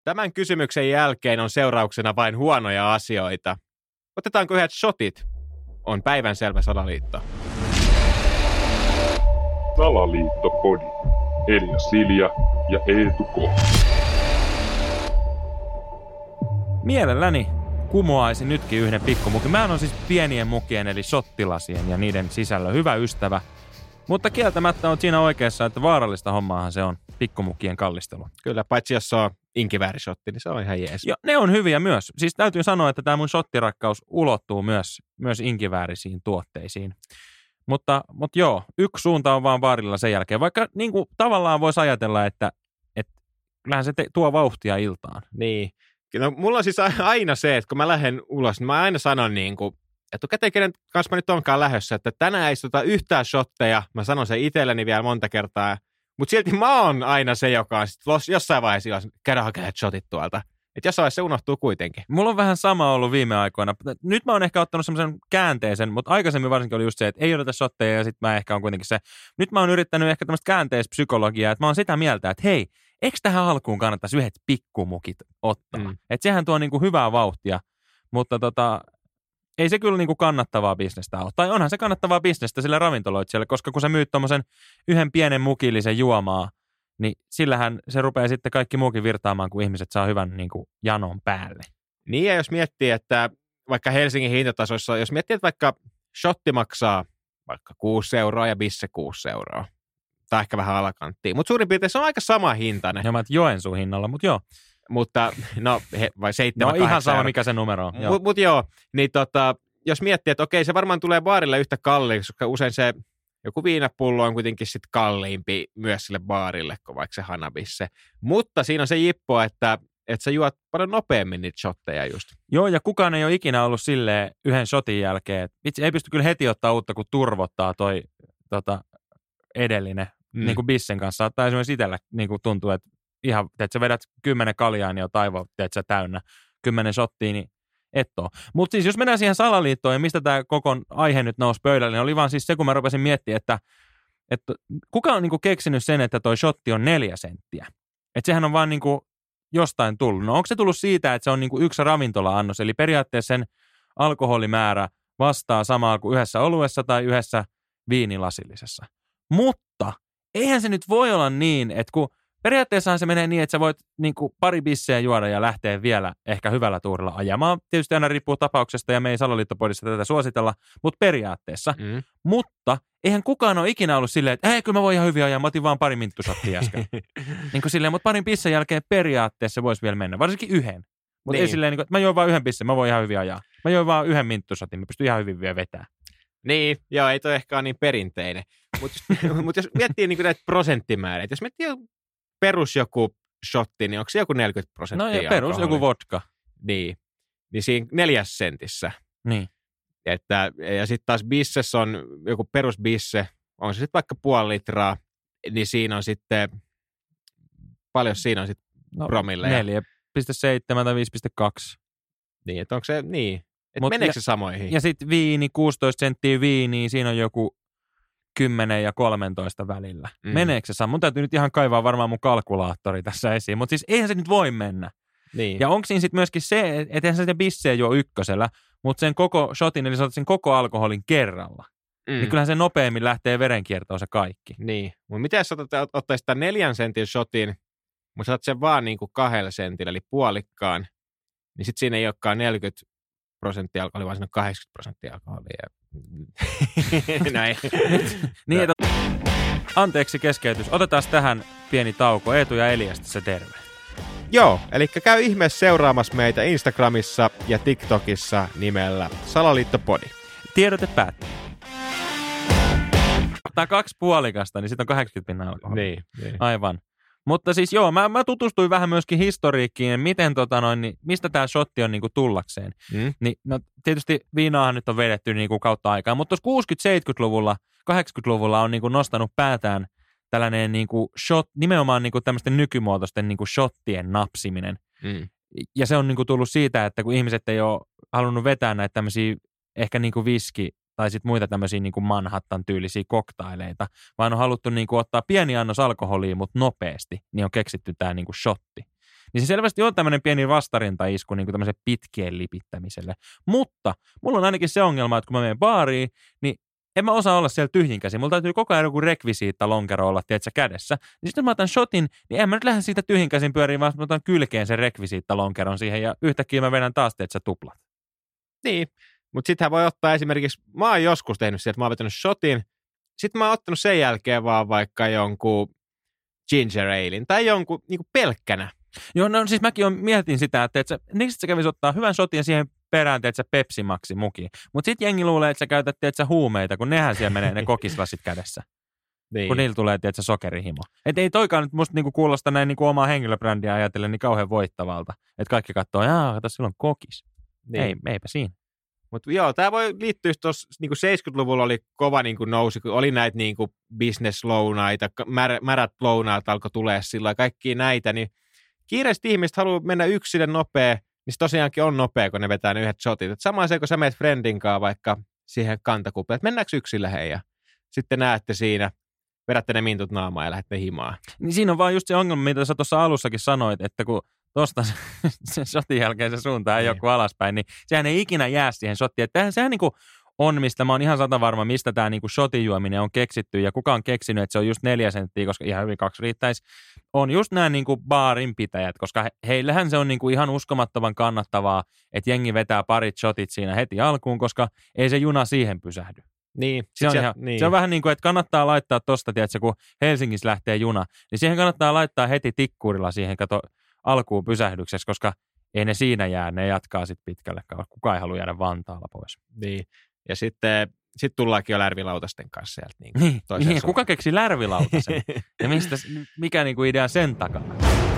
Tämän kysymyksen jälkeen on seurauksena vain huonoja asioita. Otetaanko yhdet shotit? On päivänselvä salaliitto. Salaliittopodi. Elia Silja ja Eetu K. Mielelläni kumoaisin nytkin yhden pikkumukin. Mä on siis pienien mukien eli shottilasien ja niiden sisällä hyvä ystävä. Mutta kieltämättä on siinä oikeassa, että vaarallista hommaahan se on pikkumukien kallistelu. Kyllä, paitsi jos se on inkiväärishotti, niin se on ihan jees. Ja ne on hyviä myös. Siis täytyy sanoa, että tämä mun shottirakkaus ulottuu myös inkiväärisiin tuotteisiin. Mutta joo, yksi suunta on vaan vaarilla sen jälkeen. Vaikka niin kuin, tavallaan voisi ajatella, että kyllähän se tuo vauhtia iltaan. Niin. No, mulla on siis aina se, että kun mä lähden ulos, niin mä aina sanon niin kuin, etukäteen kenen kanssa mä nyt onkaan lähdössä, että tänään ei istuta yhtään shotteja. Mä sanon sen itselleni vielä monta kertaa. Mutta silti mä oon aina se, joka on jossain vaiheessa, käydään hakemaan shotit tuolta. Että jossain vaiheessa se unohtuu kuitenkin. Mulla on vähän sama ollut viime aikoina. Nyt mä oon ehkä ottanut semmoisen käänteisen, mutta aikaisemmin varsinkin oli just se, että ei odota shotteja ja sitten mä ehkä on kuitenkin se. Nyt mä oon yrittänyt ehkä tämmöistä käänteispsykologiaa, että mä oon sitä mieltä, että hei, eikö tähän alkuun kannattaisi yhdet pikkumukit ottaa? Että sehän tuo niinku hyvää vauhtia, mutta ei se kyllä niinku kannattavaa bisnestä ole. Tai onhan se kannattavaa bisnestä sille ravintoloitsijalle, koska kun sä myyt tommosen yhden pienen mukillisen juomaa, niin sillähän se rupeaa sitten kaikki muukin virtaamaan, kun ihmiset saa hyvän niinku janon päälle. Niin ja jos miettii, että vaikka Helsingin hintatasoissa, jos miettii, että vaikka shotti maksaa vaikka 6 euroa ja bisse 6 euroa, tai ehkä vähän alakanttiin, mutta suurin piirtein se on aika sama hintainen. Ja mä Joensuun hinnalla, mutta joo. Mutta no, vai 7-8 No ihan sama, mikä se numero on. Mutta joo, niin jos miettii, että okei, se varmaan tulee baarille yhtä kalliiksi, koska usein se joku viinapullo on kuitenkin sitten kalliimpi myös sille baarille, kuin vaikka se hanabisse. Mutta siinä on se jippo, että sä juot paljon nopeammin niitä shotteja just. Joo, ja kukaan ei ole ikinä ollut silleen yhden shotin jälkeen. Itse ei pysty kyllä heti ottaa uutta, kun turvottaa toi edellinen niin kuin bissen kanssa. Tai esimerkiksi itsellä niin kuin tuntuu, että ihan, että sä vedät 10 kaljaa, niin on taiva, teet sä täynnä 10 shottia, niin et oo. Mutta siis jos mennään siihen salaliittoon ja mistä tämä koko aihe nyt nousi pöydälle, niin oli vaan siis se, kun mä rupesin miettimään, että kuka on niinku keksinyt sen, että toi shotti on 4 senttiä. Että sehän on vaan niinku jostain tullut. No onko se tullut siitä, että se on niinku yksi ravintola-annos, eli periaatteessa sen alkoholimäärä vastaa samaa kuin yhdessä oluessa tai yhdessä viinilasillisessa. Mutta eihän se nyt voi olla niin, että kun periaatteessahan se menee niin, että sä voit niinku pari bisseä juoda ja lähteä vielä ehkä hyvällä tuurilla ajamaan. Tietysti aina riippuu tapauksesta ja me ei Salaliittopodissa tätä suositella, mutta periaatteessa. Mutta eihän kukaan ole ikinä ollut silleen, että kyllä mä voin ihan hyvin ajaa, mä otin vaan pari minttusottia äsken. Niin kuin silleen, mutta parin bissen jälkeen periaatteessa voisi vielä mennä, varsinkin yhden. Mutta ei silleen, että mä join vaan yhden bissen, mä voin ihan hyvin ajaa. Mä join vaan yhden minttusotin, mä pystyn ihan hyvin vielä vetämään. Niin, joo, ei toi ehkä ole niin perinteinen. Mutta jos miettii niin näitä prosenttimääriä, jos miettii perus joku shotti, niin onko se joku 40%? No ja perus joku vodka. Niin siinä 4 sentissä. Niin. Ja sitten taas bisses on joku perusbisse, on se sitten vaikka 0,5 litraa, niin siinä on sitten, paljon siinä on sitten promilleja? 4,7 tai 5,2. Niin, että onko se niin, että meneekö se samoihin? Ja sitten viini, 16 senttiä viiniä, siinä on joku 10 ja 13 välillä. Meneekö se sama? Mun täytyy nyt ihan kaivaa varmaan mun kalkulaattori tässä esiin, mutta siis eihän se nyt voi mennä. Niin. Ja onko siinä sitten myöskin se, että eihän se bisseä juo ykkösellä, mutta sen koko shotin, eli sä otat sen koko alkoholin kerralla. Niin kyllähän se nopeammin lähtee verenkiertoon se kaikki. Niin, mutta miten jos ottaisit tämän 4 sentin shotin, mutta sä otat sen vaan niin kuin 2 sentillä, eli puolikkaan, niin sitten siinä ei olekaan 40% alkoholia, vaan siinä on 80% alkoholia. Näin. Niin, anteeksi keskeytys. Otetaan tähän pieni tauko. Eetu ja Elias tässä terve. Joo, eli käy ihmeessä seuraamassa meitä Instagramissa ja TikTokissa nimellä Salaliittopodi. Tiedote päättyy. Ottaa 2 puolikasta, niin sitten on 80% alkoholia. Niin. Aivan. Mutta siis joo, mä tutustuin vähän myöskin historiikkiin, miten mistä tämä shotti on niinku tullakseen. Niin, no tietysti viinaahan nyt on vedetty niinku kautta aikaa, mutta tuossa 60-70-luvulla, 80-luvulla on niinku nostanut päätään tällainen niinku shot, nimenomaan niinku tämmöisten nykymuotoisten niinku shottien napsiminen. Ja se on niinku tullut siitä, että kun ihmiset ei ole halunnut vetää näitä tämmöisiä ehkä niinku viski tai sitten muita tämmöisiä niinku Manhattan-tyylisiä koktaileita, vaan on haluttu niinku ottaa pieni annos alkoholia, mutta nopeasti, niin on keksitty tämä niinku shotti. Niin se selvästi on tämmöinen pieni vastarintaisku niin kuin tämmöisen pitkien lipittämiselle. Mutta mulla on ainakin se ongelma, että kun mä menen baariin, niin en mä osaa olla siellä tyhjin käsin. Mulla täytyy koko ajan joku rekvisiitta lonkero olla, tiedätkö, kädessä. Niin sitten mä otan shotin, niin en mä nyt lähde siitä tyhjin käsin pyöriin, vaan mä otan kylkeen sen rekvisiitta lonkeron siihen ja yhtäkkiä mä vedän taas, tiedätkö, tuplat. Niin, mutta sittenhän voi ottaa esimerkiksi, mä oon joskus tehnyt sieltä, mä oon vetänyt shotin, sitten mä oon ottanut sen jälkeen vaan vaikka jonkun ginger alein tai jonkun niin pelkkänä. Joo, no siis mäkin mietin sitä, että niin sä kävisi ottaa hyvän shotin ja siihen perään, teet sä Pepsi Maxi mukiin. Mutta sitten jengi luulee, että sä käytät, teet sä huumeita, kun nehän siellä menee ne kokislasit kädessä. Niin. Kun niillä tulee, teet sä sokerihimo. Että ei toikaan nyt musta niinku kuulosta näin niinku omaa henkilöbrändiä ajatellen niin kauhean voittavalta. Että kaikki katsoo, kato, silloin kokis. Niin. Eipä siinä. Mutta joo, tämä voi liittyä tuossa, niinku 70-luvulla oli kova niinku nousi, kun oli näitä niinku business-lounaita, märät lounaat alkoi tulee sillä kaikkia näitä, niin kiireesti ihmiset haluaa mennä yksille nopea, niin se tosiaankin on nopea, kun ne vetää ne yhdet shotit. Et sama se, kun sä meet friendin kanssa vaikka siihen kantakupleen, että mennäänkö yksille hei, ja sitten näette siinä, vedätte ne mintut naamaan ja lähdette himaan. Niin siinä on vaan just se ongelma, mitä sä tuossa alussakin sanoit, että kun tuosta sen shotin jälkeen se suunta ei joku alaspäin, niin sehän ei ikinä jää siihen shottiin. Että sehän niinku on, mistä mä oon ihan satavarma, mistä tämä niinku shotin juominen on keksitty ja kuka on keksinyt, että se on just 4 senttiä, koska ihan hyvin 2 riittäisi, on just nämä niinku baarinpitäjät, koska heillähän se on niinku ihan uskomattoman kannattavaa, että jengi vetää parit shotit siinä heti alkuun, koska ei se juna siihen pysähdy. Niin. Se on vähän niin kuin, että kannattaa laittaa tosta, tiedätkö, kun Helsingissä lähtee juna, niin siihen kannattaa laittaa heti tikkurilla siihen alkuun pysähdyksessä, koska ei ne siinä jää, ne jatkaa sitten pitkälle. Kukaan ei halua jäädä Vantaalla pois. Niin, ja sitten tullaankin jo lärvilautasten kanssa sieltä. Niin, kuka keksi lärvilautasen? Ja mikä niinku idea sen takana?